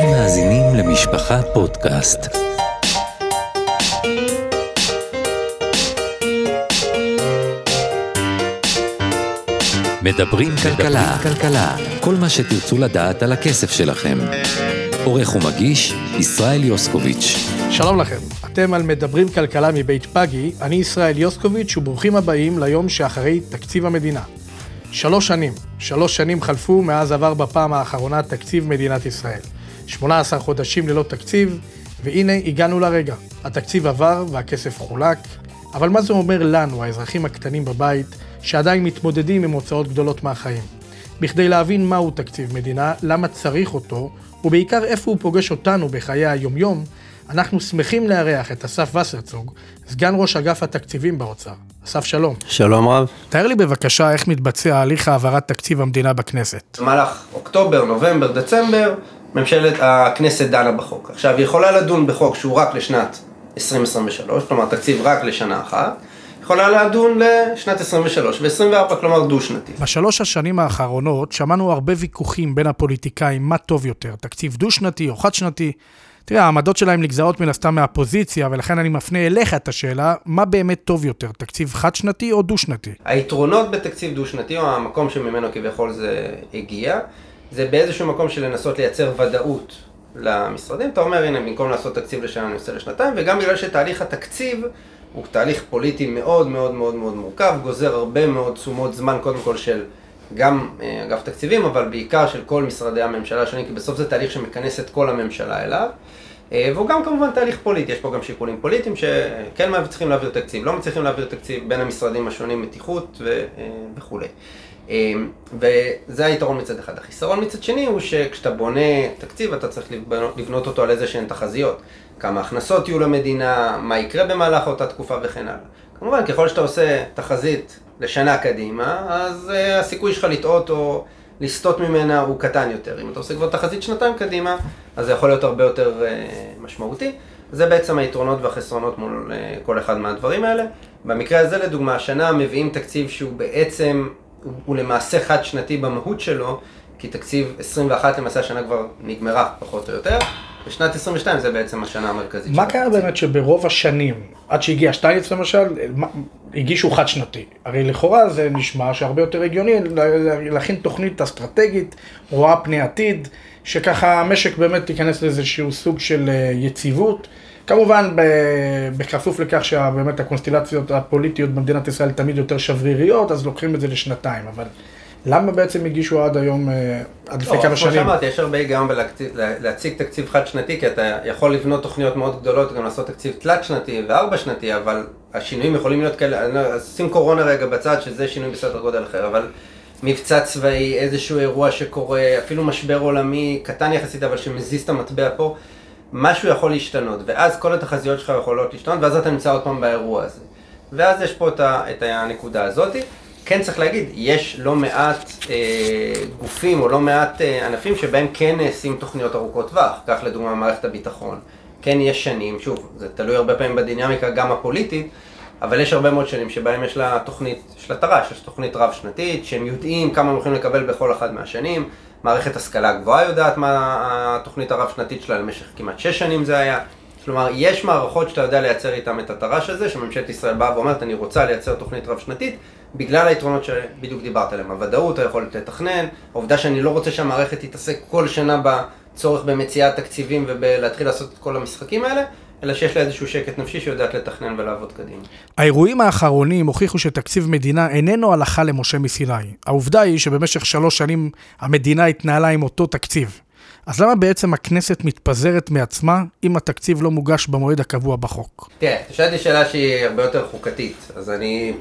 מאזינים למשפחה פודקאסט. מדברים כלכלה, כל מה שתרצו לדעת על הכסף שלכם. עורך ומגיש, ישראל יוסקוביץ'. שלום לכם, אתם על מדברים כלכלה מבית פגי, אני ישראל יוסקוביץ' וברוכים הבאים ליום שאחרי תקציב המדינה. 3 שנים חלפו מאז עבר בפעם האחרונה תקציב מדינת ישראל. 18 חודשים ללא תקציב, והנה הגענו לרגע. התקציב עבר והכסף חולק, אבל מה זה אומר לנו, האזרחים הקטנים בבית, שעדיין מתמודדים עם הוצאות גדולות מהחיים? בכדי להבין מהו תקציב מדינה, למה צריך אותו, ובעיקר איפה הוא פוגש אותנו בחיי היומיום, אנחנו שמחים לארח את אסף וסרצוג, סגן ראש אגף התקציבים באוצר. אסף, שלום. שלום רב. תאר לי בבקשה איך מתבצע הליך העברת תקציב המדינה בכנסת. במהלך אוקטובר, נובמבר, דצמבר, הכנסת דנה בחוק. עכשיו, היא יכולה לדון בחוק שהוא רק לשנת 2023, כלומר תקציב רק לשנה אחת, יכולה לדון לשנת 23 ו-24, כלומר דו-שנתי. בשלוש השנים האחרונות שמענו הרבה ויכוחים בין הפוליטיקאים מה טוב יותר, תקציב דו-שנתי או חד-שנתי. תראה, העמדות שלהם נגזרות מן הסתם מהפוזיציה, ולכן אני מפנה אליך את השאלה, מה באמת טוב יותר, תקציב חד-שנתי או דו-שנתי? היתרונות בתקציב דו-שנתי, או המקום שממנו כביכול זה הגיע, זה באיזשהו מקום של לנסות לייצר ודאות למשרדים. אתה אומר, הנה, במקום לעשות תקציב לשנה, אני עושה לשנתיים, וגם בגלל שתהליך התקציב הוא תהליך פוליטי מאוד מאוד מאוד מאוד מורכב, גוזר הרבה מאוד תשומות זמן, קודם כל של גם אגף תקציבים, אבל בעיקר של כל משרדי הממשלה השונים, כי בסוף זה תהליך שמכנס את כל הממשלה אליו, והוא גם כמובן תהליך פוליטי, יש פה גם שיקולים פוליטיים שכן צריכים להעביר תקציב, לא מצליחים להעביר תקציב בין המשרדים השונים, מתיחות וכו'. וזה היתרון מצד אחד. החיסרון מצד שני הוא שכשאתה בונה תקציב, אתה צריך לבנות אותו על איזה שהן תחזיות. כמה הכנסות יהיו למדינה, מה יקרה במהלך אותה תקופה וכן הלאה. כמובן, ככל שאתה עושה תחזית לשנה קדימה, אז הסיכוי שלך לטעות או לסטות ממנה הוא קטן יותר. אם אתה עושה כבר תחזית שנתיים קדימה, אז זה יכול להיות הרבה יותר משמעותי. זה בעצם היתרונות והחסרונות מול כל אחד מהדברים האלה. במקרה הזה, לדוגמה, השנה מביאים תקציב שהוא בעצם, הוא למעשה חד שנתי במהות שלו, כי תקציב 21 למעשה השנה כבר נגמרה פחות או יותר. בשנת 22 זה בעצם השנה המרכזית. מה קרה באמת שברוב השנים, עד שהגיע שטייניץ למשל, הגישו חד שנתי? הרי לכאורה זה נשמע שהרבה יותר הגיוני להכין תוכנית אסטרטגית, רואה פני עתיד, שככה המשק באמת ייכנס לאיזשהו סוג של יציבות. כמובן בכפוף לכך שבאמת הקונסטלציות הפוליטיות במדינת ישראל תמיד יותר שבריריות, אז לוקחים את זה לשנתיים, אבל למה בעצם הגישו עד היום, עד לפני כמה שנים? כמו שאמרתי, יש הרבה היגיון להציג תקציב חד שנתי, כי אתה יכול לבנות תוכניות מאוד גדולות, גם לעשות תקציב תלת שנתי ו4 שנתי, אבל השינויים יכולים להיות כאלה, אז שים קורונה רגע בצד, שזה שינוי בסדר גודל אחר, אבל מבצע צבאי, איזשהו אירוע שקורה, אפילו משבר עולמי, קטן יחסית, אבל שמזיז את המטבע פה, משהו יכול להשתנות, ואז כל התחזיות שלך יכולות להשתנות, ואז אתה נמצא עוד פעם באירוע הזה. ואז יש פה את הנקודה הזאת. כן צריך להגיד, יש לא מעט גופים או לא מעט ענפים שבהם כן נעשים תוכניות ארוכות טווח, כך לדוגמה מערכת הביטחון. כן יש שנים, שוב, זה תלוי הרבה פעמים בדינמיקה גם הפוליטית, אבל יש הרבה מאוד שנים שבהם יש לה תוכנית, יש לה תר"ש, יש תוכנית רב שנתית, שהם יודעים כמה הם הולכים לקבל בכל אחד מהשנים. מערכת השכלה גבוהה יודעת מה התוכנית הרב שנתית שלה למשך כמעט 6 שנים זה היה. כלומר, יש מערכות שאתה יודע לייצר איתם את התר"ש הזה, שממשלת ישראל באה ואומרת, אני רוצה לייצר תוכנית רב שנתית, בגלל היתרונות שבדיוק דיברת עליהם. הוודאות, היכולת לתכנן, העובדה שאני לא רוצה שהמערכת תתעסק כל שנה בצורך במציאת תקציבים ולהתחיל לעשות את כל המשחקים האלה, אלא שיש לה איזשהו שקט נפשי שיודעת לתכנן ולעבוד קדימה. האירועים האחרונים הוכיחו שתקציב מדינה איננו הלכה למשה מסיני. העובדה היא שבמשך 3 שנים המדינה התנהלה עם אותו תקציב. אז למה בעצם הכנסת מתפזרת מעצמה אם התקציב לא מוגש במועד הקבוע בחוק? תראה, שאלתי שאלה שהיא הרבה יותר חוקתית, אז אני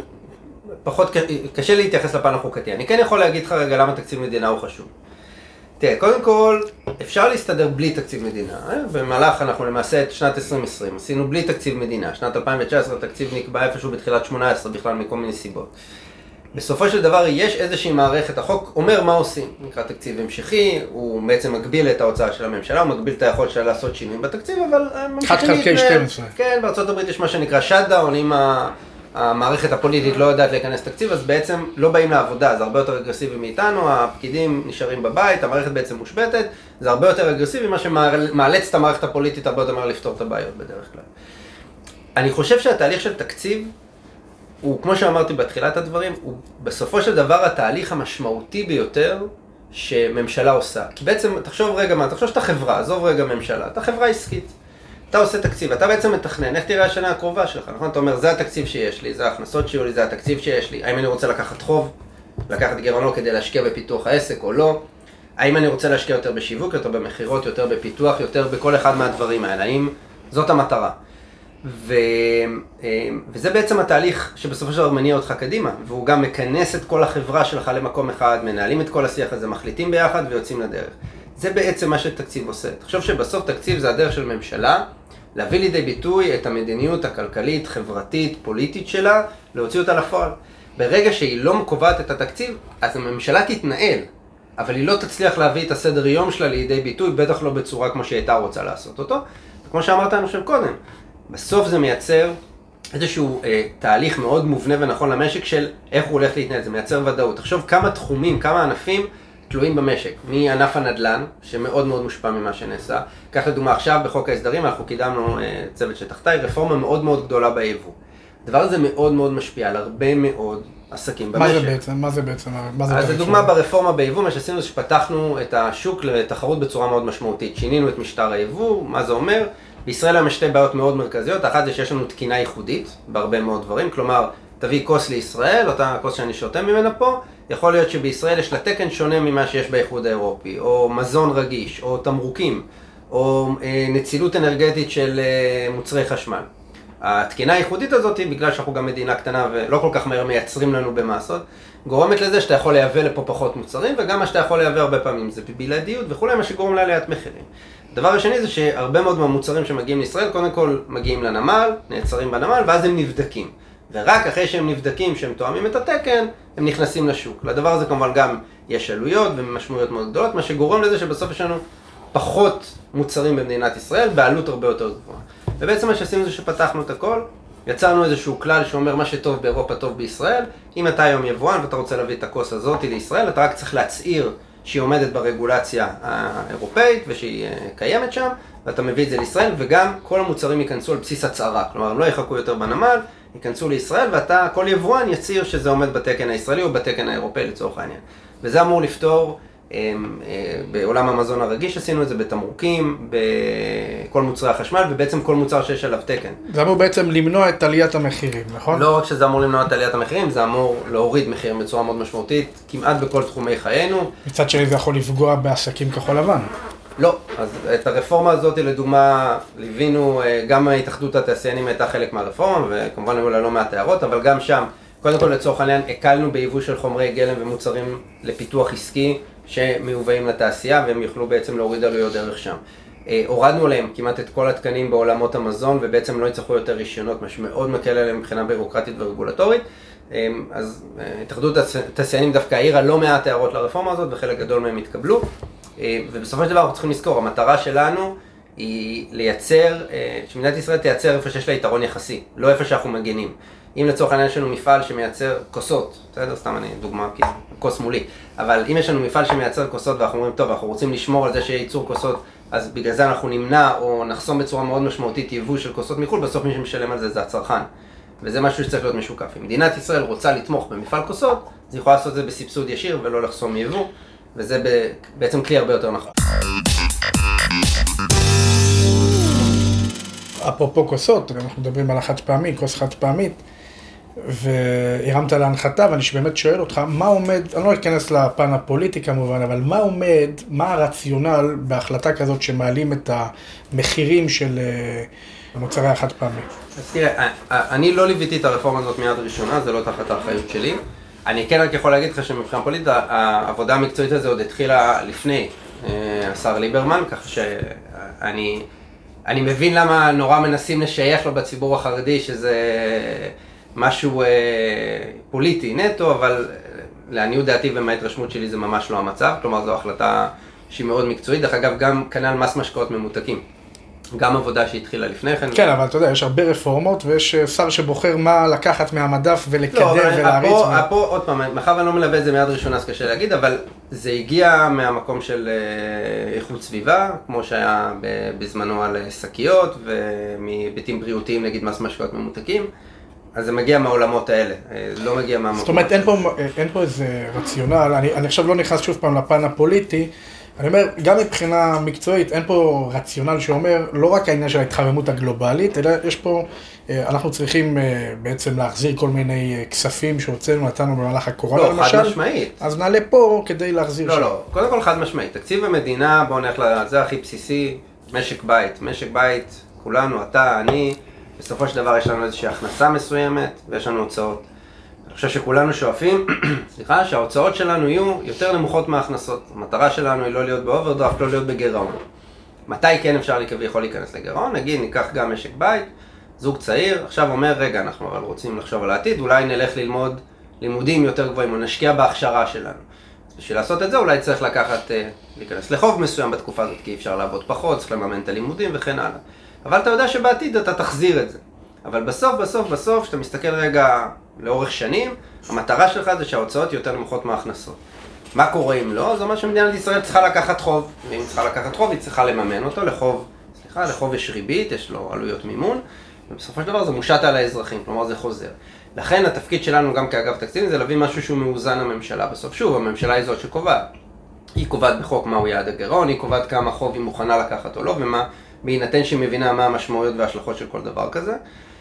פחות קשה להתייחס לפן החוקתי. אני כן יכול להגיד לך רגע למה תקציב מדינה הוא חשוב. תראה, קודם כל, אפשר להסתדר בלי תקציב מדינה. במהלך אנחנו למעשה את שנת 2020, עשינו בלי תקציב מדינה. שנת 2019 התקציב נקבע איפשהו בתחילת 18 בכלל מכל מיני סיבות. בסופו של דבר יש איזושהי מערכת, החוק אומר מה עושים, נקרא תקציב המשכי, הוא בעצם מגביל את ההוצאה של הממשלה, הוא מגביל את היכולת שלה לעשות שינויים בתקציב, אבל 1/12. כן, בארצות הברית יש מה שנקרא shutdown, אם המערכת הפוליטית לא יודעת להיכנס תקציב, אז בעצם לא באים לעבודה, זה הרבה יותר אגרסיבי מאיתנו, הפקידים נשארים בבית, המערכת בעצם מושבתת, זה הרבה יותר אגרסיבי, מה שמאלץ את המערכת הפוליטית הרבה יותר מהר לפתור את הבעיות בדרך כלל. אני חושב שהתהליך של תקציב, הוא, כמו שאמרתי בתחילת הדברים, הוא בסופו של דבר התהליך המשמעותי ביותר שממשלה עושה. כי בעצם, תחשוב שאתה חברה, עזוב רגע ממשלה, אתה חברה עסקית. אתה עושה תקציב, אתה בעצם מתכנן, איך תראה השנה הקרובה שלך, נכון? אתה אומר, זה התקציב שיש לי, זה ההכנסות שיהיו לי, זה התקציב שיש לי. האם אני רוצה לקחת חוב, לקחת גירעון כדי להשקיע בפיתוח העסק או לא? האם אני רוצה להשקיע יותר בשיווק, יותר במחירות, יותר בפיתוח, יותר בכל אחד מהדברים האלה? האם זאת המטרה? וזה בעצם התהליך שבסופו של דבר מניע אותך קדימה, והוא גם מכנס את כל החברה שלך למקום אחד, מנהלים את כל השיח הזה, מחליטים ביחד ויוצאים לדרך. זה בעצם מה שתקציב עושה. תחשוב שבסוף תקציב זה הדרך של ממשלה, להביא לידי ביטוי את המדיניות הכלכלית, חברתית, פוליטית שלה, להוציא אותה לפועל. ברגע שהיא לא קובעת את התקציב, אז הממשלה תתנהל, אבל היא לא תצליח להביא את הסדר יום שלה לידי ביטוי, בטח לא בצורה כמו שהייתה רוצה לעשות אותו. וכמו שאמרת אני חושב קודם, בסוף זה מייצר איזשהו תהליך מאוד מובנה ונכון למשק של איך הוא הולך להתנהל, זה מייצר ודאות. תחשוב כמה תחומים, כמה ענפים תלויים במשק, מענף הנדל"ן, שמאוד מאוד מושפע ממה שנעשה. כך לדוגמה עכשיו בחוק ההסדרים, אנחנו קידמנו צוות שתחתיי, רפורמה מאוד מאוד גדולה ביבוא. הדבר הזה מאוד מאוד משפיע על הרבה מאוד עסקים במשק. מה זה בעצם? אז לדוגמה ברפורמה ביבוא, מה שעשינו זה שפתחנו את השוק לתחרות בצורה מאוד משמעותית. שינינו את משטר היבוא, מה זה אומר? בישראל יש שתי בעיות מאוד מרכזיות, אחת זה שיש לנו תקינה ייחודית בהרבה מאוד דברים, כלומר, תביא כוס לישראל, אותה כוס שאני שותה ממנה פה, יכול להיות שבישראל יש לה תקן שונה ממה שיש באיחוד האירופי, או מזון רגיש, או תמרוקים, או נצילות אנרגטית של מוצרי חשמל. התקינה הייחודית הזאת, בגלל שאנחנו גם מדינה קטנה ולא כל כך מהר מייצרים לנו במסות, גורמת לזה שאתה יכול לייבא לפה פחות מוצרים, וגם מה שאתה יכול לייבא הרבה פעמים זה בבלעדיות וכולי, מה שגורם לעליית מחירים. הדבר השני זה שהרבה מאוד מהמוצרים שמגיעים לישראל, קודם כל מגיעים לנמל, נעצרים בנמל, ואז הם נבדקים. ורק אחרי שהם נבדקים, שהם תואמים את התקן, הם נכנסים לשוק. לדבר הזה כמובן גם יש עלויות ומשמעויות מאוד גדולות, מה שגורם לזה שבסוף יש לנו פחות מוצרים במדינת ישראל, בעלות הרבה יותר גבוהה. ובעצם מה שעשינו זה שפתחנו את הכל, יצרנו איזשהו כלל שאומר מה שטוב באירופה טוב בישראל. אם אתה היום יבואן ואתה רוצה להביא את הכוס הזאת לישראל, אתה רק צריך להצהיר שהיא עומדת ברגולציה האירופאית ושהיא קיימת שם, ואתה מביא את זה לישראל, וגם כל המוצרים ייכנסו על בסיס הצהרה. כלומר, הם לא יחכו יותר בנמל, ייכנסו לישראל, ואתה, כל יבואן יצהיר שזה עומד בתקן הישראלי או בתקן האירופאי לצורך העניין. וזה אמור לפתור, בעולם המזון הרגיש עשינו את זה בתמרוקים, בכל מוצרי החשמל, ובעצם כל מוצר שיש עליו תקן. זה אמור בעצם למנוע את עליית המחירים, נכון? לא רק שזה אמור למנוע את עליית המחירים, זה אמור להוריד מחירים בצורה מאוד משמעותית, כמעט בכל תחומי חיינו. מצד שני זה יכול לפגוע בעסקים כחול לבן. לא, אז את הרפורמה הזאת לדוגמה ליווינו, גם ההתאחדות התעשיינים הייתה חלק מהרפורמה, וכמובן היו לה לא מעט הערות, אבל גם שם, קודם כל לצורך העניין, הקלנו ביבוא של חומרי גלם ומוצרים לפיתוח עסקי שמיובאים לתעשייה, והם יוכלו בעצם להוריד עלויות דרך שם. הורדנו להם כמעט את כל התקנים בעולמות המזון, ובעצם לא יצטרכו יותר רישיונות, מה שמאוד מקל עליהם מבחינה בירוקרטית ורגולטורית. אז התאחדות התעשיינים דווקא העירה לא מעט הערות לרפורמה הזאת, וחלק גדול מהם התקבלו. ובסופו של דבר אנחנו צריכים לזכור, המטרה שלנו היא לייצר, שמדינת ישראל תייצר איפה שיש לה יתרון יחסי, לא איפה שאנחנו מגנים. אם לצורך העניין יש לנו מפעל שמייצר כוסות, בסדר? סתם אני דוגמה, כי כוס מולי, אבל אם יש לנו מפעל שמייצר כוסות ואנחנו אומרים, טוב, אנחנו רוצים לשמור על זה שייצור כוסות, אז בגלל זה אנחנו נמנע או נחסום בצורה מאוד משמעותית יבוא של כוסות מחו"ל, בסוף מי שמשלם על זה זה הצרכן. וזה משהו שצריך להיות משוקף. אם מדינת ישראל רוצה לתמוך במפעל כוסות, אז היא יכולה לעשות את זה בסבסוד ישיר ולא לחסום יבוא, וזה בעצם כלי הרבה יותר נכון. אפרופו כוסות, אנחנו מדברים על החד פעמי, כוס חד פעמית, והרמת להנחתה, ואני באמת שואל אותך, מה עומד, אני לא אכנס לפן הפוליטי כמובן, אבל מה עומד, מה הרציונל בהחלטה כזאת שמעלים את המחירים של מוצרי החד פעמי? אז תראה, אני לא ליוויתי את הרפורמה הזאת מיד ראשונה, זה לא תחת האחריות שלי. אני כן רק יכול להגיד לך שמבחינה פוליטית, העבודה המקצועית הזו עוד התחילה לפני השר ליברמן, כך שאני מבין למה נורא מנסים לשייך לו בציבור החרדי, שזה משהו פוליטי נטו, אבל לעניות דעתי ומההתרשמות שלי זה ממש לא המצב, כלומר זו החלטה שהיא מאוד מקצועית, דרך אגב גם כנ"ל מס משקאות ממותקים. גם עבודה שהתחילה לפני כן. כן, אבל אתה יודע, יש הרבה רפורמות, ויש שר שבוחר מה לקחת מהמדף ולקדם לא, ולהריץ. פה עוד פעם, מאחר ואני לא מלווה את זה מיד ראשונה, אז קשה להגיד, אבל זה הגיע מהמקום של איכות סביבה, כמו שהיה בזמנו על שקיות, ומהיבטים בריאותיים, נגיד מס משקאות ממותקים, אז זה מגיע מהעולמות האלה, לא מגיע מהמקום. זאת אומרת, אין פה איזה רציונל, אני עכשיו לא נכנס שוב פעם לפן הפוליטי, אני אומר, גם מבחינה מקצועית, אין פה רציונל שאומר, לא רק העניין של ההתחממות הגלובלית, אלא יש פה, אנחנו צריכים בעצם להחזיר כל מיני כספים שהוצאנו, נתנו במהלך הקורונה למשל. לא, חד משמעית. אז נעלה פה כדי להחזיר לא, לא, קודם כל חד משמעית. תקציב המדינה, בואו נלך לזה הכי בסיסי, משק בית. משק בית, כולנו, אתה, אני, בסופו של דבר יש לנו איזושהי הכנסה מסוימת, ויש לנו הוצאות. אני חושב שכולנו שואפים, סליחה, שההוצאות שלנו יהיו יותר נמוכות מההכנסות. המטרה שלנו היא לא להיות באוברדרפט, לא להיות בגירעון. מתי כן אפשר יכול להיכנס לגירעון? נגיד, ניקח גם משק בית, זוג צעיר, עכשיו אומר, רגע, אנחנו אבל רוצים לחשוב על העתיד, אולי נלך ללמוד לימודים יותר גבוהים, או נשקיע בהכשרה שלנו. אז בשביל לעשות את זה, אולי צריך להיכנס לחוב מסוים בתקופה הזאת, כי אפשר לעבוד פחות, צריך לממן את הלימודים וכן הלאה. אבל אתה יודע שבעתיד אתה תחזיר את זה. אבל בסוף, כשאתה מסתכל רגע לאורך שנים, המטרה שלך זה שההוצאות יותר נמוכות מההכנסות. מה קורה אם לא? זאת אומרת שמדינת ישראל צריכה לקחת חוב, ואם צריכה לקחת חוב, היא צריכה לממן אותו לחוב יש ריבית, יש לו עלויות מימון, ובסופו של דבר זה מושת על האזרחים, כלומר זה חוזר. לכן התפקיד שלנו גם כאגף תקציבים זה להביא משהו שהוא מאוזן לממשלה. בסוף שוב, הממשלה היא זאת שקובעת. היא קובעת בחוק מהו יעד הגירעון, היא קובעת כמה חוב היא מוכנה לקחת או לא, ומה, בהינתן שהיא מבינה מה המשמעויות וההשלכות של כל דבר כזה.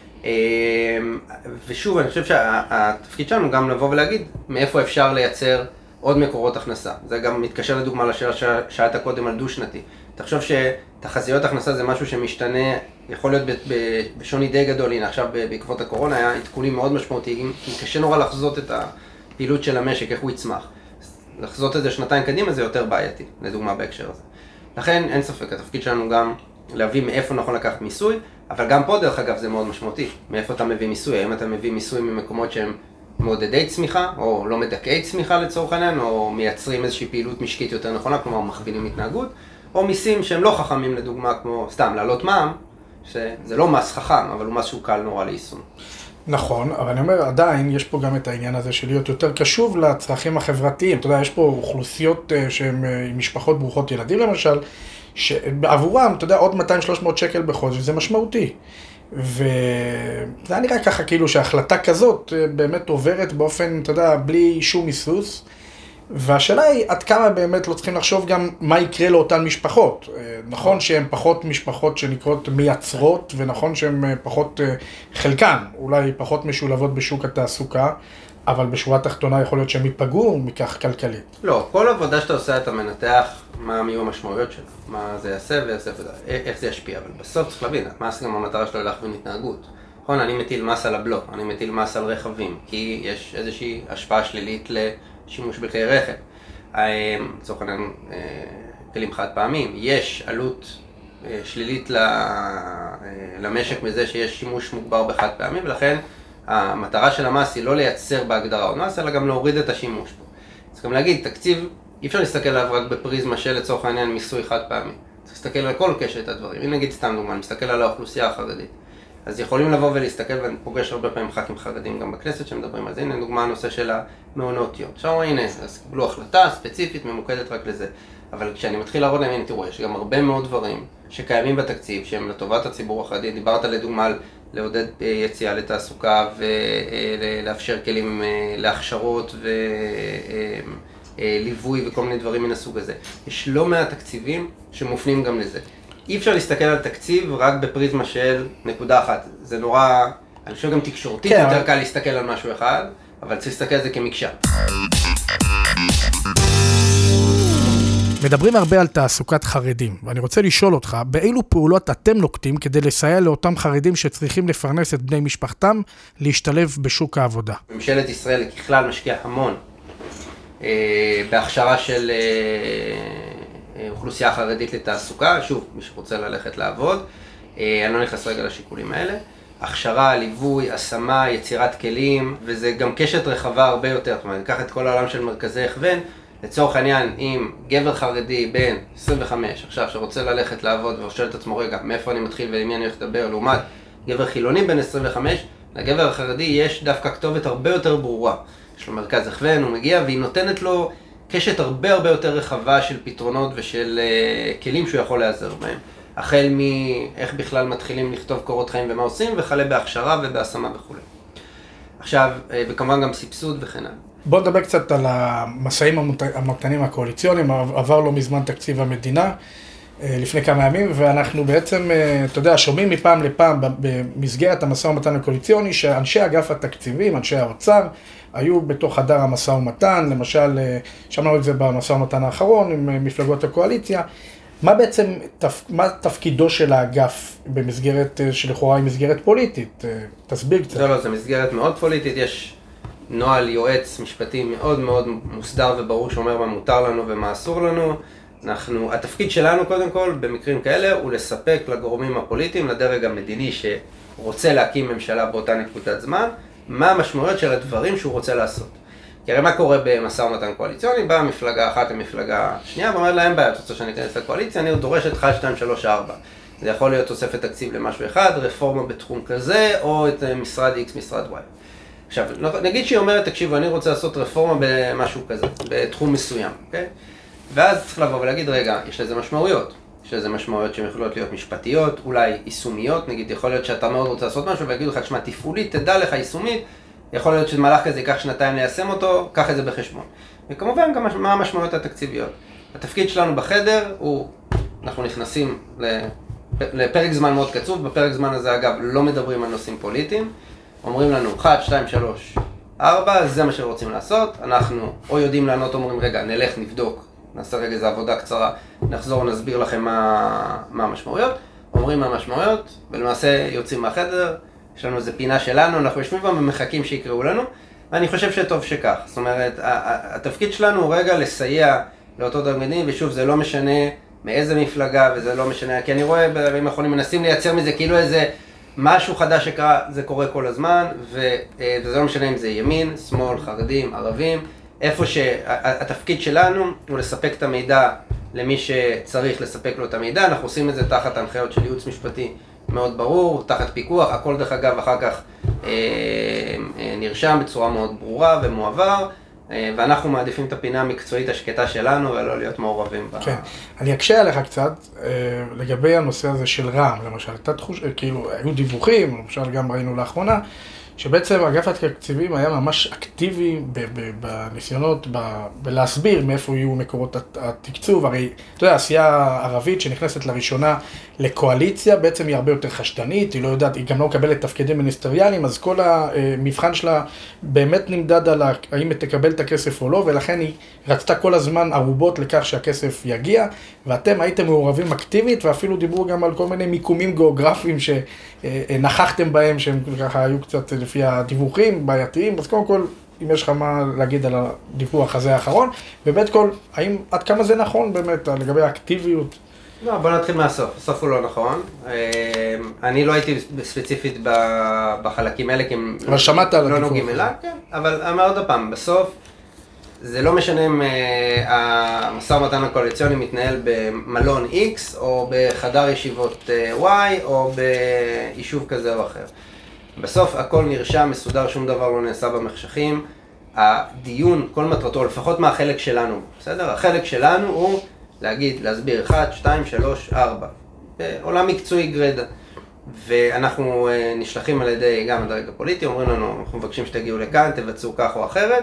ושוב, אני חושב שהתפקיד שלנו גם לבוא ולהגיד מאיפה אפשר לייצר עוד מקורות הכנסה. זה גם מתקשר לדוגמה לשאלה ששאלת קודם על דו-שנתי. תחשוב שתחזיות הכנסה זה משהו שמשתנה, יכול להיות בשוני די גדול. הנה, עכשיו בעקבות הקורונה היה עדכונים מאוד משמעותיים, כי קשה נורא לחזות את הפעילות של המשק, איך הוא יצמח. לחזות את זה שנתיים קדימה זה יותר בעייתי, לדוגמה בהקשר הזה. לכן אין ספק, התפקיד שלנו גם להביא מאיפה נכון לקחת מיסוי, אבל גם פה דרך אגב זה מאוד משמעותי. מאיפה אתה מביא מיסוי? האם אתה מביא מיסוי ממקומות שהם מעודדי צמיחה, או לא מדכאי צמיחה לצורך העניין, או מייצרים איזושהי פעילות משקית יותר נכונה, כלומר מכווינים התנהגות, או מיסים שהם לא חכמים לדוגמה, כמו סתם לעלות מע"מ, שזה לא מס חכם, אבל הוא מס שהוא קל נורא ליישום. נכון, אבל אני אומר, עדיין יש פה גם את העניין הזה של להיות יותר קשוב לצרכים החברתיים. אתה יודע, יש פה אוכלוסיות שהן עם משפחות ברוכות ילדים למשל, שעבורם, אתה יודע, עוד 200-300 שקל בחודש, זה משמעותי. וזה היה נראה ככה כאילו שההחלטה כזאת באמת עוברת באופן, אתה יודע, בלי שום היסוס. והשאלה היא עד כמה באמת לא צריכים לחשוב גם מה יקרה לאותן משפחות. נכון שהן פחות משפחות שנקראות מייצרות, ונכון שהן פחות, חלקן, אולי פחות משולבות בשוק התעסוקה, אבל בשורה התחתונה יכול להיות שהם ייפגעו מכך כלכלית. לא, כל עבודה שאתה עושה אתה מנתח מה יהיו המשמעויות שלו, מה זה יעשה ויעשה איך זה ישפיע, אבל בסוף צריך להבין, מס גם המטרה שלו להכווין התנהגות. נכון, אני מטיל מס על הבלו, אני מטיל מס על רכבים, כי יש איזושהי השפעה שלילית לשימוש בכלי רכב. לצורך העניין, כלים חד פעמים, יש עלות שלילית למשק מזה שיש שימוש מוגבר בחד פעמים, ולכן המטרה של המס היא לא לייצר בהגדרה עוד מס, אלא גם להוריד את השימוש פה. צריך גם להגיד, תקציב, אי אפשר להסתכל עליו רק בפריזמה של לצורך העניין מיסוי חד פעמי. צריך להסתכל על כל קשת הדברים. אם נגיד סתם דוגמה, אני מסתכל על האוכלוסייה החרדית. אז יכולים לבוא ולהסתכל, ואני פוגש הרבה פעמים ח"כים חרדים גם בכנסת שמדברים על זה. הנה דוגמה הנושא של המעונות יום. עכשיו הנה, אז קיבלו החלטה ספציפית, ממוקדת רק לזה. אבל כשאני מתחיל להראות להם, הנה תראו, יש גם הרבה מאוד דברים שקיימים בתקציב, שהם לטובת הציבור החרדי. דיברת לדוגמה על לעודד יציאה לתעסוקה ולאפשר כלים להכשרות וליווי וכל מיני דברים מן הסוג הזה. יש לא מעט תקציבים שמופנים גם לזה. אי אפשר להסתכל על תקציב רק בפריזמה של נקודה אחת. זה נורא, אני חושב גם תקשורתית יותר קל להסתכל על משהו אחד, אבל צריך להסתכל על זה כמקשה. מדברים הרבה על תעסוקת חרדים, ואני רוצה לשאול אותך, באילו פעולות אתם נוקטים כדי לסייע לאותם חרדים שצריכים לפרנס את בני משפחתם, להשתלב בשוק העבודה? ממשלת ישראל ככלל משקיעה המון בהכשרה של אוכלוסייה חרדית לתעסוקה, שוב, מי שרוצה ללכת לעבוד, אני לא נכנס רגע לשיקולים האלה. הכשרה, ליווי, השמה, יצירת כלים, וזה גם קשת רחבה הרבה יותר. זאת אומרת, ניקח את כל העולם של מרכזי הכוון, לצורך העניין, אם גבר חרדי בן 25, עכשיו שרוצה ללכת לעבוד ושואל את עצמו, רגע, מאיפה אני מתחיל ולמי אני הולך לדבר, לעומת גבר חילוני בן 25, לגבר החרדי יש דווקא כתובת הרבה יותר ברורה. יש לו מרכז הכוון, הוא מגיע, והיא נותנת לו קשת הרבה יותר רחבה של פתרונות ושל כלים שהוא יכול להיעזר בהם. החל מאיך בכלל מתחילים לכתוב קורות חיים ומה עושים, וכלה בהכשרה ובהשמה וכו'. עכשיו, וכמובן גם סבסוד וכן הלאה. בוא נדבר קצת על המשאים המתנים הקואליציוניים, עבר לא מזמן תקציב המדינה, לפני כמה ימים, ואנחנו בעצם, אתה יודע, שומעים מפעם לפעם במסגרת המשא ומתן הקואליציוני, שאנשי אגף התקציבים, אנשי האוצר, היו בתוך חדר המשא ומתן, למשל, שמענו את זה במשא ומתן האחרון עם מפלגות הקואליציה, מה בעצם, מה תפקידו של האגף במסגרת, שלכאורה היא מסגרת פוליטית? תסביר קצת. לא, זה מסגרת מאוד פוליטית, יש נוהל יועץ משפטי מאוד מאוד מוסדר וברור שאומר מה מותר לנו ומה אסור לנו. התפקיד שלנו קודם כל במקרים כאלה הוא לספק לגורמים הפוליטיים, לדרג המדיני שרוצה להקים ממשלה באותה נקודת זמן, מה המשמעויות של הדברים שהוא רוצה לעשות. כי הרי מה קורה במשא ומתן קואליציוני? באה מפלגה אחת למפלגה שנייה ואומרת להם בעיה, רוצה שאני אכנס לקואליציה, אני דורשת 1, 2, 3, 4. זה יכול להיות תוספת תקציב למשהו אחד, רפורמה בתחום כזה, או את משרד X, משרד Y. עכשיו, נגיד שהיא אומרת, תקשיבו, אני רוצה לעשות רפורמה במשהו כזה, בתחום מסוים, אוקיי? ואז צריך לבוא ולהגיד, רגע, יש לזה משמעויות. יש לזה משמעויות שהן יכולות להיות משפטיות, אולי יישומיות, נגיד, יכול להיות שאתה מאוד רוצה לעשות משהו, ויגידו לך, תשמע, תפעולית, תדע לך יישומית, יכול להיות שמהלך כזה ייקח 2 ליישם אותו, קח את זה בחשבון. וכמובן, גם מה המשמעויות התקציביות. התפקיד שלנו בחדר הוא, אנחנו נכנסים לפרק זמן מאוד קצוב, בפרק זמן הזה, אגב, לא מדברים על נושאים פוליטיים, אומרים לנו 1, 2, 3, 4, זה מה שרוצים לעשות, אנחנו או יודעים לענות, אומרים, רגע, נלך, נבדוק, נעשה רגע איזו עבודה קצרה, נחזור, נסביר לכם מה המשמעויות, אומרים מה המשמעויות, ולמעשה יוצאים מהחדר, יש לנו איזו פינה שלנו, אנחנו יושבים בה ומחכים שיקראו לנו, ואני חושב שטוב שכך. זאת אומרת, התפקיד שלנו הוא רגע לסייע לאותו דרג מדיני, ושוב, זה לא משנה מאיזה מפלגה, וזה לא משנה, כי אני רואה בימים האחרונים מנסים לייצר מזה כאילו איזה משהו חדש שקרה, זה קורה כל הזמן, וזה לא משנה אם זה ימין, שמאל, חרדים, ערבים, איפה שהתפקיד שלנו הוא לספק את המידע למי שצריך לספק לו את המידע, אנחנו עושים את זה תחת הנחיות של ייעוץ משפטי מאוד ברור, תחת פיקוח, הכל דרך אגב אחר כך נרשם בצורה מאוד ברורה ומועבר, ואנחנו מעדיפים את הפינה המקצועית השקטה שלנו ולא להיות מעורבים בה. כן, אני אקשה עליך קצת לגבי הנושא הזה של רע"מ, למשל, כאילו היו דיווחים, למשל גם ראינו לאחרונה, שבעצם אגף התקציבים היה ממש אקטיבי בניסיונות, בלהסביר מאיפה יהיו מקורות התקצוב. הרי, אתה יודע, העשייה ערבית שנכנסת לראשונה לקואליציה, בעצם היא הרבה יותר חשדנית, היא לא יודעת, היא גם לא מקבלת תפקידים מיניסטריאליים, אז כל המבחן שלה באמת נמדד על האם היא תקבל את הכסף או לא, ולכן היא רצתה כל הזמן ערובות לכך שהכסף יגיע, ואתם הייתם מעורבים אקטיבית, ואפילו דיברו גם על כל מיני מיקומים גיאוגרפיים שנכחתם בהם, שהם ככה היו קצת לפי הדיווחים בעייתיים. אז קודם כל, אם יש לך מה להגיד על הדיווח הזה האחרון, ובית כל, האם עד כמה זה נכון באמת לגבי האקטיביות? לא, בוא נתחיל מהסוף. הסוף הוא לא נכון. אני לא הייתי ספציפית בחלקים האלה, כי הם אבל שמעת על לא נוגעים אליי, כן. אבל אמר עוד פעם, בסוף זה לא משנה אם המשא ומתן הקואליציוני מתנהל במלון X, או בחדר ישיבות Y, או ביישוב כזה או אחר. בסוף הכל נרשם, מסודר, שום דבר לא נעשה במחשכים. הדיון, כל מטרתו, לפחות מהחלק שלנו, בסדר? החלק שלנו הוא להגיד, להסביר 1, 2, 3, 4. בעולם מקצועי גרדה. ואנחנו נשלחים על ידי גם הדרג הפוליטי, אומרים לנו, אנחנו מבקשים שתגיעו לכאן, תבצעו כך או אחרת.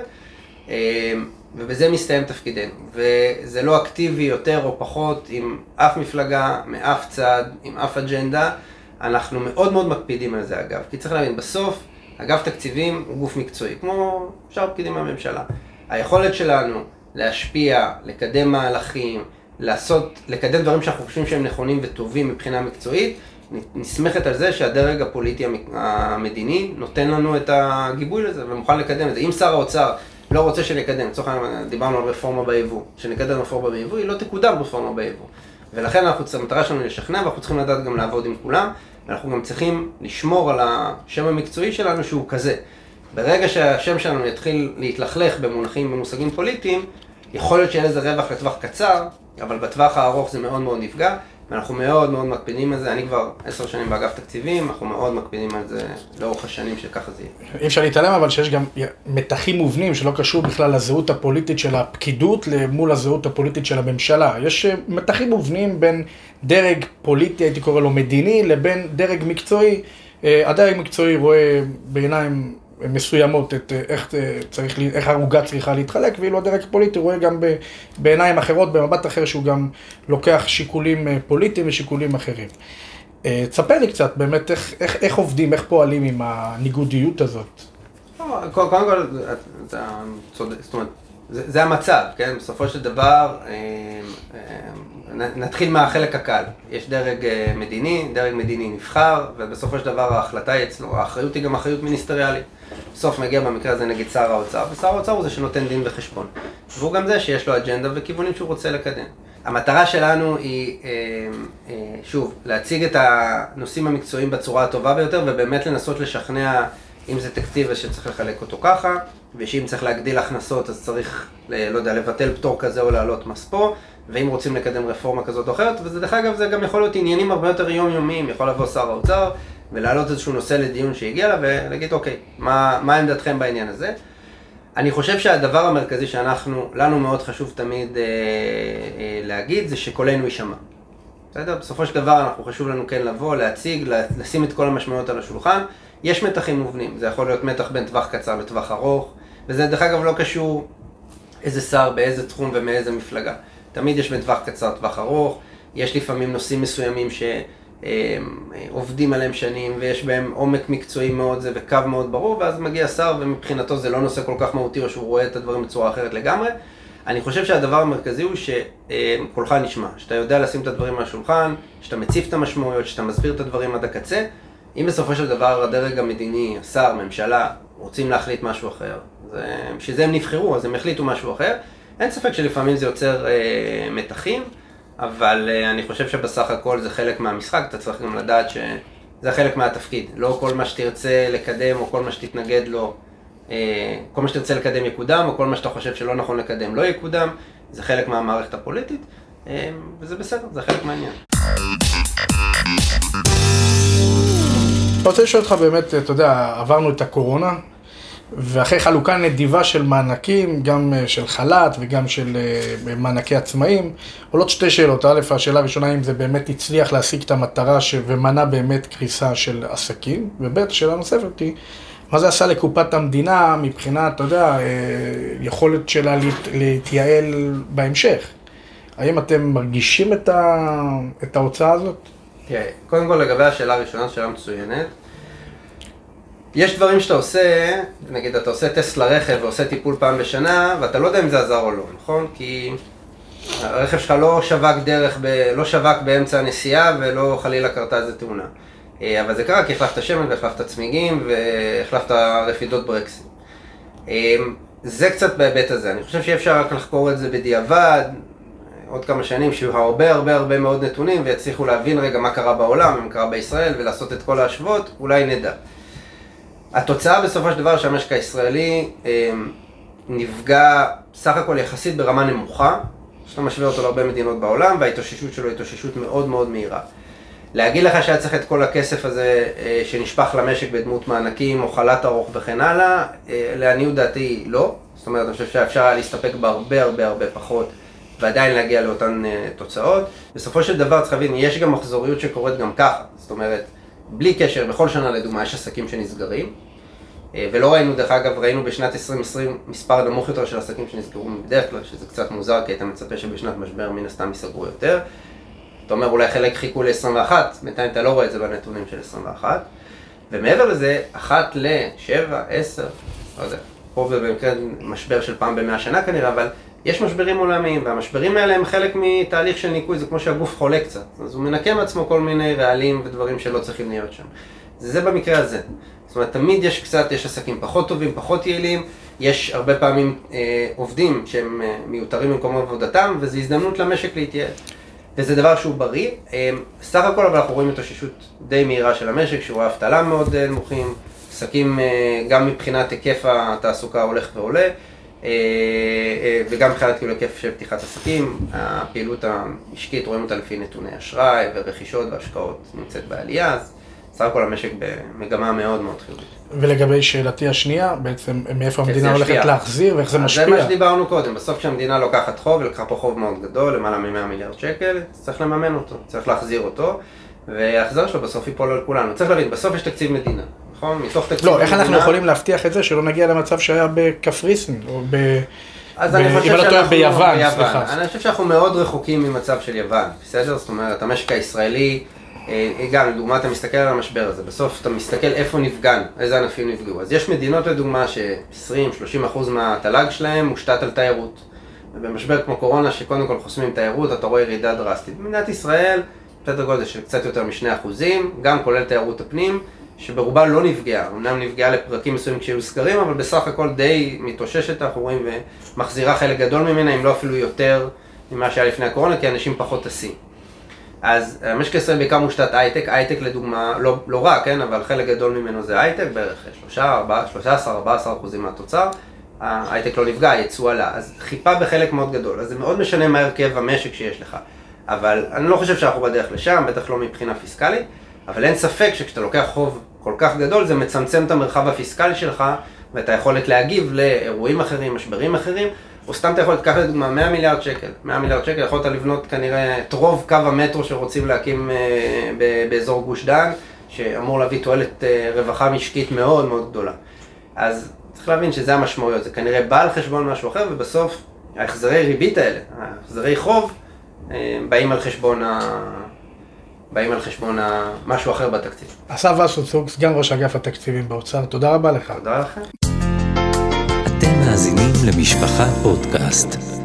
ובזה מסתיים תפקידנו. וזה לא אקטיבי יותר או פחות עם אף מפלגה, מאף צד, עם אף אג'נדה. אנחנו מאוד מאוד מקפידים על זה אגב, כי צריך להבין, בסוף אגף תקציבים הוא גוף מקצועי, כמו שאר פקידים מהממשלה. היכולת שלנו להשפיע, לקדם מהלכים, לקדם דברים שאנחנו חושבים שהם נכונים וטובים מבחינה מקצועית, נסמכת על זה שהדרג הפוליטי המדיני נותן לנו את הגיבוי לזה ומוכן לקדם את זה. אם שר האוצר לא רוצה שנקדם, לצורך העניין דיברנו על רפורמה ביבוא, שנקדם רפורמה ביבוא, היא לא תקודם רפורמה ביבוא. ולכן המטרה שלנו לשכנע, ואנחנו צריכים לדעת גם לעבוד עם כולם, ואנחנו גם צריכים לשמור על השם המקצועי שלנו שהוא כזה. ברגע שהשם שלנו יתחיל להתלכלך במונחים, במושגים פוליטיים, יכול להיות שיהיה לזה רווח לטווח קצר, אבל בטווח הארוך זה מאוד מאוד נפגע, ואנחנו מאוד מאוד מקפידים על זה. אני כבר 10 שנים באגף תקציבים, אנחנו מאוד מקפידים על זה לאורך השנים שככה זה יהיה. אי אפשר להתעלם, אבל שיש גם מתחים מובנים שלא קשור בכלל לזהות הפוליטית של הפקידות מול הזהות הפוליטית של הממשלה. יש מתחים מובנים בין דרג פוליטי, הייתי קורא לו מדיני, לבין דרג מקצועי. הדרג מקצועי רואה בעיניים מסוימות את איך העוגה צריכה להתחלק, ואילו הדרג פוליטי רואה גם בעיניים אחרות, במבט אחר שהוא גם לוקח שיקולים פוליטיים ושיקולים אחרים. תספר לי קצת באמת איך עובדים, איך פועלים עם הניגודיות הזאת. קודם כל, זאת אומרת, זה המצב, כן? בסופו של דבר, נתחיל מהחלק הקל. יש דרג מדיני נבחר, ובסופו של דבר ההחלטה היא אצלו, האחריות היא גם אחריות מיניסטריאלית. בסוף מגיע במקרה הזה נגיד שר האוצר, ושר האוצר הוא זה שנותן דין וחשבון. והוא גם זה שיש לו אג'נדה וכיוונים שהוא רוצה לקדם. המטרה שלנו היא, שוב, להציג את הנושאים המקצועיים בצורה הטובה ביותר, ובאמת לנסות לשכנע אם זה תקציב שצריך לחלק אותו ככה, ושאם צריך להגדיל הכנסות אז צריך, לא יודע, לבטל פטור כזה או להעלות מס פה, ואם רוצים לקדם רפורמה כזאת או אחרת, וזה דרך אגב זה גם יכול להיות עניינים הרבה יותר יומיומיים, יכול לבוא שר האוצר ולהעלות איזשהו נושא לדיון שהגיע לה ולהגיד אוקיי, מה עמדתכם בעניין הזה? אני חושב שהדבר המרכזי לנו מאוד חשוב תמיד להגיד, זה שקולנו יישמע. בסדר? בסופו של דבר חשוב לנו כן לבוא, להציג, לשים את כל המשמעויות על השולחן. יש מתחים מובנים, זה יכול להיות מתח בין טווח קצר לטווח ארוך, וזה דרך אגב לא קשור איזה שר, באיזה תחום ומאיזה מפלגה. תמיד יש בין טווח קצר לטווח ארוך, יש לפעמים נושאים מסוימים שעובדים עליהם שנים, ויש בהם עומק מקצועי מאוד זה וקו מאוד ברור, ואז מגיע שר ומבחינתו זה לא נושא כל כך מהותי, או שהוא רואה את הדברים בצורה אחרת לגמרי. אני חושב שהדבר המרכזי הוא שקולך נשמע, שאתה יודע לשים את הדברים על השולחן, שאתה מציף את המשמעויות, שאתה מסביר את הדברים עד הקצה. אם בסופו של דבר הדרג המדיני, השר, ממשלה, רוצים להחליט משהו אחר, שזה הם נבחרו, אז הם החליטו משהו אחר. אין ספק שלפעמים זה יוצר מתחים, אבל אני חושב שבסך הכל זה חלק מהמשחק, אתה צריך גם לדעת שזה חלק מהתפקיד. לא כל מה שתרצה לקדם או כל מה שתתנגד לו, כל מה שתרצה לקדם יקודם, או כל מה שאתה חושב שלא נכון לקדם לא יקודם, זה חלק מהמערכת הפוליטית, וזה בסדר, זה חלק מהעניין. אני רוצה לשאול אותך באמת, אתה יודע, עברנו את הקורונה, ואחרי חלוקה נדיבה של מענקים, גם של חל"ת וגם של מענקי עצמאים, עולות שתי שאלות. א', השאלה הראשונה, אם זה באמת הצליח להשיג את המטרה ומנע באמת קריסה של עסקים, וב', השאלה הנוספת היא, מה זה עשה לקופת המדינה מבחינת, אתה יודע, יכולת שלה להתייעל בהמשך? האם אתם מרגישים את ההוצאה הזאת? קודם כל לגבי השאלה הראשונה, שאלה מצוינת. יש דברים שאתה עושה, נגיד אתה עושה טסט לרכב ועושה טיפול פעם בשנה, ואתה לא יודע אם זה עזר או לא, נכון? כי הרכב שלך לא שווק באמצע הנסיעה ולא חלילה קרתה איזה תאונה. אבל זה קרה כי החלפת שמן והחלפת צמיגים והחלפת רפידות ברקסים. זה קצת בהיבט הזה. אני חושב שאפשר רק לחקור את זה בדיעבד, עוד כמה שנים שיהיו הרבה מאוד נתונים ויצליחו להבין רגע מה קרה בעולם, מה קרה בישראל ולעשות את כל ההשוות, אולי נדע. התוצאה בסופו של דבר שהמשק הישראלי נפגע סך הכל יחסית ברמה נמוכה, שאתה משווה אותו להרבה מדינות בעולם, וההתאוששות שלו היא התאוששות מאוד מאוד מהירה. להגיד לך שהיה צריך את כל הכסף הזה שנשפך למשק בדמות מענקים או חל"ת ארוך וכן הלאה, לעניות דעתי לא. זאת אומרת, אני חושב שאפשר היה להסתפק בהרבה פחות ועדיין להגיע לאותן תוצאות. בסופו של דבר צריך להבין, יש גם מחזוריות שקורית גם ככה. זאת אומרת, בלי קשר, בכל שנה לדוגמה יש עסקים שנסגרים, ולא ראינו, דרך אגב, ראינו בשנת 2020 מספר נמוך יותר של עסקים שנסגרו בדרך כלל, שזה קצת מוזר, כי היית מצפה שבשנת משבר מן הסתם ייסגרו יותר. אתה אומר, אולי חלק חיכו ל-21, בינתיים אתה לא רואה את זה בנתונים של 21. ומעבר לזה, אחת ל-7, 10, לא יודע, פה במקרה משבר של פעם ב100 שנה כנראה, אבל יש משברים עולמיים, והמשברים האלה הם חלק מתהליך של ניקוי, זה כמו שהגוף חולה קצת. אז הוא מנקה מעצמו כל מיני רעלים ודברים שלא צריכים להיות שם. זה במקרה הזה. זאת אומרת, תמיד יש עסקים פחות טובים, פחות יעילים, יש הרבה פעמים עובדים שהם מיותרים במקום עבודתם, וזו הזדמנות למשק להתייעל. וזה דבר שהוא בריא. סך הכל אבל אנחנו רואים התאוששות די מהירה של המשק, שהוא האבטלה מאוד נמוכים, עסקים גם מבחינת היקף התעסוקה הולך ועולה, וגם מבחינת כאילו היקף של פתיחת עסקים, הפעילות המשקית רואים אותה לפי נתוני אשראי ורכישות והשקעות נמצאת בעלייה, אז סך הכל המשק במגמה מאוד מאוד חיובית. ולגבי שאלתי השנייה, בעצם מאיפה המדינה הולכת להחזיר ואיך זה משפיע? זה מה שדיברנו קודם, בסוף כשהמדינה לוקחת חוב, ולקחה פה חוב מאוד גדול, למעלה מ-100 מיליארד שקל, צריך לממן אותו, צריך להחזיר אותו, וההחזר שלו בסוף ייפול על כולנו. צריך להבין, בסוף יש תקציב מדינה, נכון? מתוך תקציב לא, המדינה... איך אנחנו יכולים להבטיח את זה שלא נגיע למצב שהיה בקפריסין, או אז אני חושב שאנחנו... ביוון, סליחה. אני חושב שאנחנו מאוד רחוקים ממצב של יוון, בסדר? זאת אומרת, המשק הישראלי, גם לדוגמה אתה מסתכל על המשבר הזה, בסוף אתה מסתכל איפה נפגענו, איזה ענפים נפגעו. אז יש מדינות לדוגמה ש-20-30% מהתל"ג שלהם מושתת על תיירות. ובמשבר כמו קורונה שקודם כל חוסמים תיירות, אתה רואה ירידה דרסטית. במדינת ישראל, סדר גודל של קצת יותר מ2%, גם כולל תיירות הפנים, שברובה לא נפגעה. אמנם נפגעה לפרקים מסוימים כשהיו סקרים, אבל בסך הכל די מתאוששת, אנחנו רואים, ומחזירה חלק גדול ממנה, אם לא אפילו יותר ממה שהיה לפני הקורונה, כי אנשים פחות טסים. אז המשק הישראלי בעיקר מושתת הייטק, הייטק לדוגמה, לא רק, כן, אבל חלק גדול ממנו זה הייטק, בערך 13-14% מהתוצר, ההייטק לא נפגע, הייצוא עלה, אז חיפה בחלק מאוד גדול, אז זה מאוד משנה מה הרכב המשק שיש לך, אבל אני לא חושב שאנחנו בדרך לשם, בטח לא מבחינה פיסקלית, אבל אין ספק שכשאתה לוקח חוב כל כך גדול, זה מצמצם את המרחב הפיסקלי שלך, ואת היכולת להגיב לאירועים אחרים, משברים אחרים, או סתם אתה יכול לקח לדוגמה 100 מיליארד שקל. 100 מיליארד שקל יכולת לבנות כנראה את רוב קו המטרו שרוצים להקים באזור גוש דן, שאמור להביא תועלת רווחה משקית מאוד מאוד גדולה. אז צריך להבין שזה המשמעויות, זה כנראה בא על חשבון משהו אחר, ובסוף ההחזרי ריבית האלה, ההחזרי חוב, באים על חשבון משהו אחר בתקציב. אסף וסרצוג, סגן ראש אגף התקציבים באוצר, תודה רבה לך. תודה לכם. אתם מאזינים למשפחה פודקאסט.